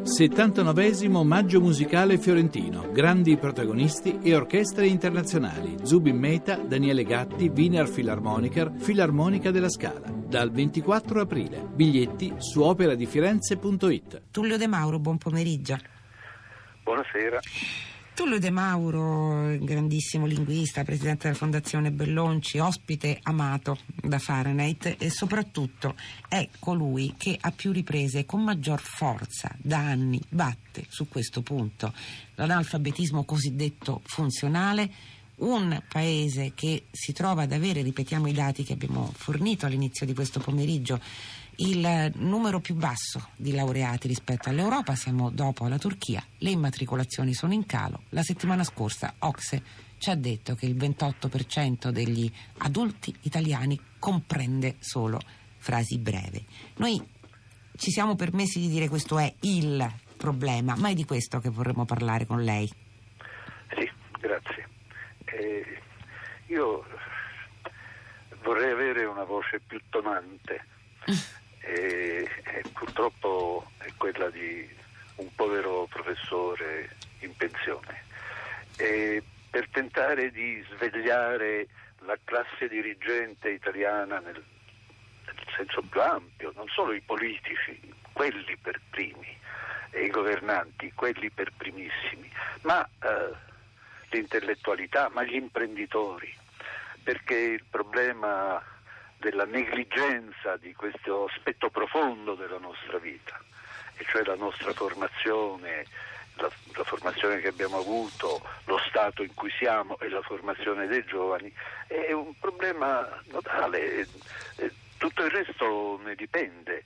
79esimo Maggio Musicale Fiorentino. Grandi protagonisti e orchestre internazionali. Zubin Mehta, Daniele Gatti, Wiener Philharmoniker, Filarmonica della Scala. Dal 24 aprile. Biglietti su operadifirenze.it. Tullio De Mauro, buon pomeriggio. Buonasera. Tullio De Mauro, grandissimo linguista, presidente della Fondazione Bellonci, ospite amato da Fahrenheit e soprattutto è colui che a più riprese e con maggior forza da anni batte su questo punto l'analfabetismo cosiddetto funzionale. Un paese che si trova ad avere, ripetiamo i dati che abbiamo fornito all'inizio di questo pomeriggio, il numero più basso di laureati rispetto all'Europa, siamo dopo la Turchia, le immatricolazioni sono in calo. La settimana scorsa Ocse ci ha detto che il 28% degli adulti italiani comprende solo frasi brevi. Noi ci siamo permessi di dire questo è il problema, ma è di questo che vorremmo parlare con lei. Sì, grazie. Io vorrei avere una voce più tonante. E purtroppo è quella di un povero professore in pensione, per tentare di svegliare la classe dirigente italiana nel senso più ampio, non solo i politici, quelli per primi, e i governanti, quelli per primissimi, ma l'intellettualità, ma gli imprenditori, perché il problema della negligenza di questo aspetto profondo della nostra vita, e cioè la nostra formazione, la formazione che abbiamo avuto, lo stato in cui siamo e la formazione dei giovani, è un problema nodale. Tutto il resto ne dipende,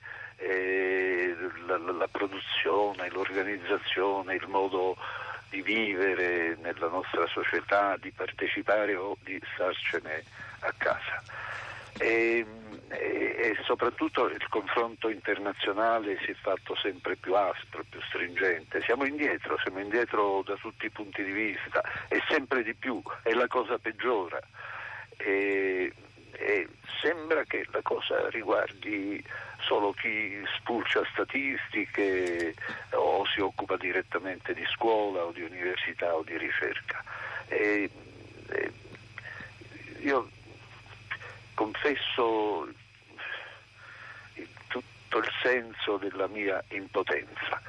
la produzione, l'organizzazione, il modo di vivere nella nostra società, di partecipare o di starcene a casa. E soprattutto il confronto internazionale si è fatto sempre più aspro, più stringente. Siamo indietro da tutti i punti di vista e sempre di più, e la cosa peggiora. E sembra che la cosa riguardi solo chi spulcia statistiche o si occupa direttamente di scuola o di università o di ricerca. Io confesso tutto il senso della mia impotenza.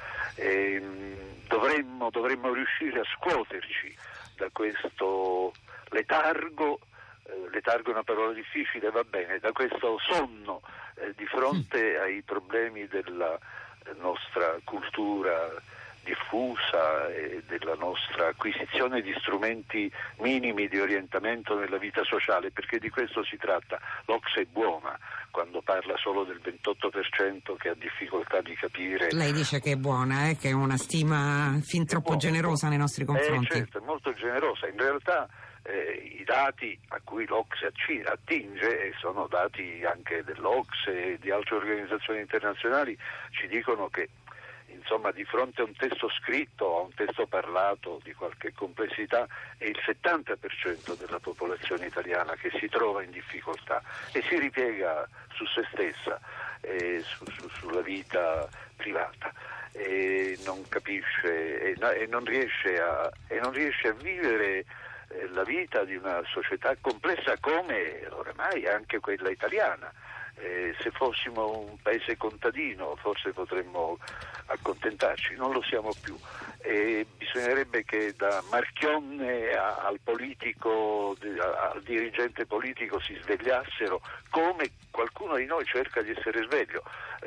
Dovremmo riuscire a scuoterci da questo letargo è una parola difficile, va bene, da questo sonno di fronte ai problemi della nostra cultura diffusa e della nostra acquisizione di strumenti minimi di orientamento nella vita sociale, perché di questo si tratta. L'Ocse è buona quando parla solo del 28% che ha difficoltà di capire. Lei dice che è buona, che è una stima fin troppo generosa nei nostri confronti. Certo, è molto generosa. In realtà i dati a cui l'Ocse attinge, e sono dati anche dell'Ocse e di altre organizzazioni internazionali, ci dicono che insomma di fronte a un testo scritto o a un testo parlato di qualche complessità è il 70% della popolazione italiana che si trova in difficoltà e si ripiega su se stessa, sulla vita privata, e non capisce e non riesce a vivere la vita di una società complessa come oramai anche quella italiana. Se fossimo un paese contadino forse potremmo accontentarci, non lo siamo più. Bisognerebbe che da Marchionne al politico, al dirigente politico si svegliassero, come qualcuno di noi cerca di essere sveglio.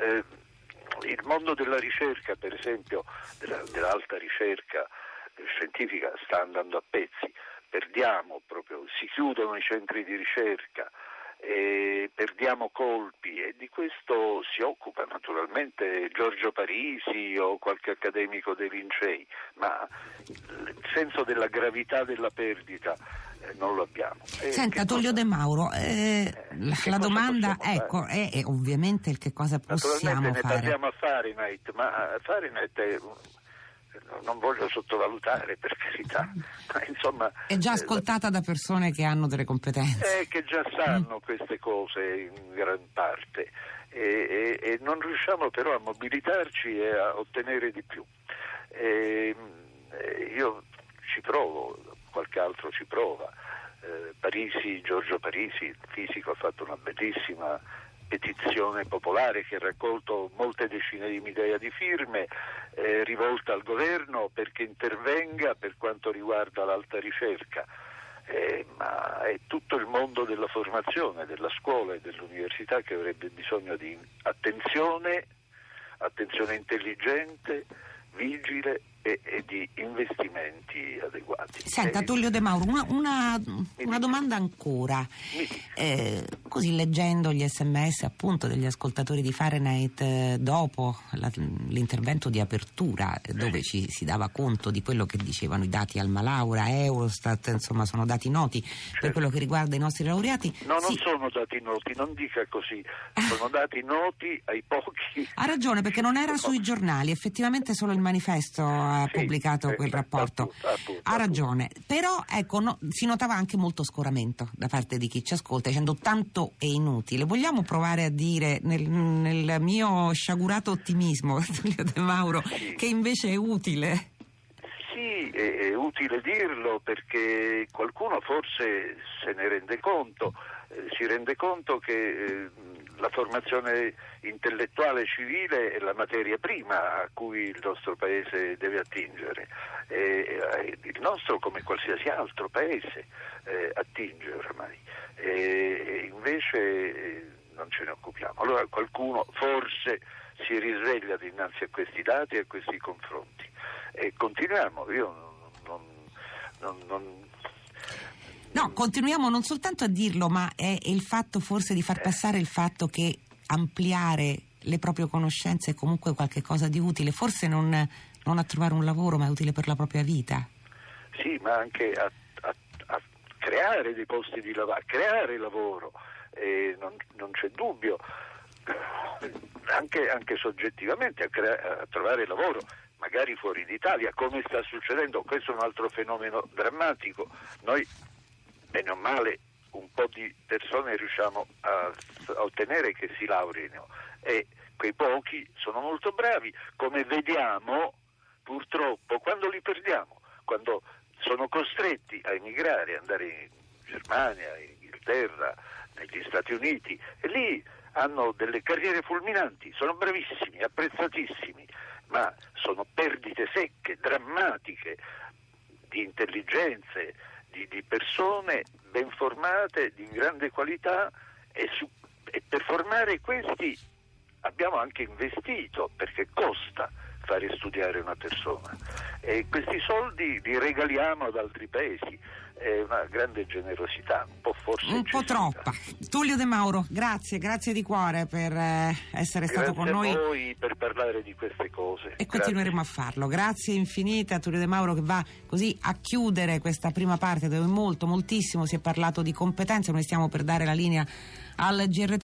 Il mondo della ricerca, per esempio, dell'alta ricerca scientifica, sta andando a pezzi. Si chiudono i centri di ricerca, perdiamo colpi, e di questo si occupa naturalmente Giorgio Parisi o qualche accademico dei Lincei, ma il senso della gravità della perdita non lo abbiamo. Senta, Tullio De Mauro, la domanda è ovviamente il che cosa possiamo fare. Naturalmente ne parliamo a Fahrenheit, ma Fahrenheit non voglio sottovalutare, per carità, ma insomma... È già ascoltata da persone che hanno delle competenze. Che già sanno queste cose in gran parte e non riusciamo però a mobilitarci e a ottenere di più. Io ci provo, qualche altro ci prova. Giorgio Parisi, il fisico, ha fatto una bellissima petizione popolare che ha raccolto molte decine di migliaia di firme, rivolta al governo perché intervenga per quanto riguarda l'alta ricerca. Ma è tutto il mondo della formazione, della scuola e dell'università che avrebbe bisogno di attenzione intelligente, vigile e di investimenti adeguati. Senta, Tullio De Mauro, una domanda ancora. Così, leggendo gli SMS appunto degli ascoltatori di Fahrenheit dopo l'intervento di apertura, dove ci si dava conto di quello che dicevano i dati Almalaura, Eurostat, insomma sono dati noti per quello che riguarda i nostri laureati. No, non sono dati noti, non dica così, sono dati noti ai pochi. Ha ragione, perché non era sui giornali, effettivamente solo il Manifesto ha pubblicato quel rapporto. Ha ragione, però ecco, si notava anche molto scoramento da parte di chi ci ascolta, dicendo tanto è inutile. Vogliamo provare a dire nel mio sciagurato ottimismo, Tullio De Mauro, che invece è utile? Sì, è utile dirlo, perché qualcuno forse se ne rende conto, si rende conto che la formazione intellettuale civile è la materia prima a cui il nostro paese deve attingere. Il nostro, come qualsiasi altro paese, attinge oramai. Invece non ce ne occupiamo. Allora qualcuno forse si risveglia dinanzi a questi dati e a questi confronti. E continuiamo. No, continuiamo non soltanto a dirlo, ma è il fatto forse di far passare il fatto che ampliare le proprie conoscenze è comunque qualche cosa di utile, forse non a trovare un lavoro, ma è utile per la propria vita. Sì, ma anche a creare dei posti di lavoro, a creare lavoro, non c'è dubbio, anche soggettivamente a trovare lavoro, magari fuori d'Italia, come sta succedendo. Questo è un altro fenomeno drammatico. Noi, bene o male, un po' di persone riusciamo a ottenere che si laureino, e quei pochi sono molto bravi, come vediamo purtroppo quando li perdiamo, quando sono costretti a emigrare, andare in Germania, in Inghilterra, negli Stati Uniti, e lì hanno delle carriere fulminanti, sono bravissimi, apprezzatissimi, ma sono perdite secche, drammatiche, di intelligenze, di persone ben formate, di grande qualità, e per formare questi abbiamo anche investito, perché costa fare studiare una persona, e questi soldi li regaliamo ad altri paesi. È una grande generosità, un po' forse un po' troppa. Tullio De Mauro, grazie di cuore per essere stato con noi. Grazie a voi per parlare di queste cose. E continueremo a farlo. Grazie infinite a Tullio De Mauro, che va così a chiudere questa prima parte dove moltissimo si è parlato di competenze. Noi stiamo per dare la linea al GR3.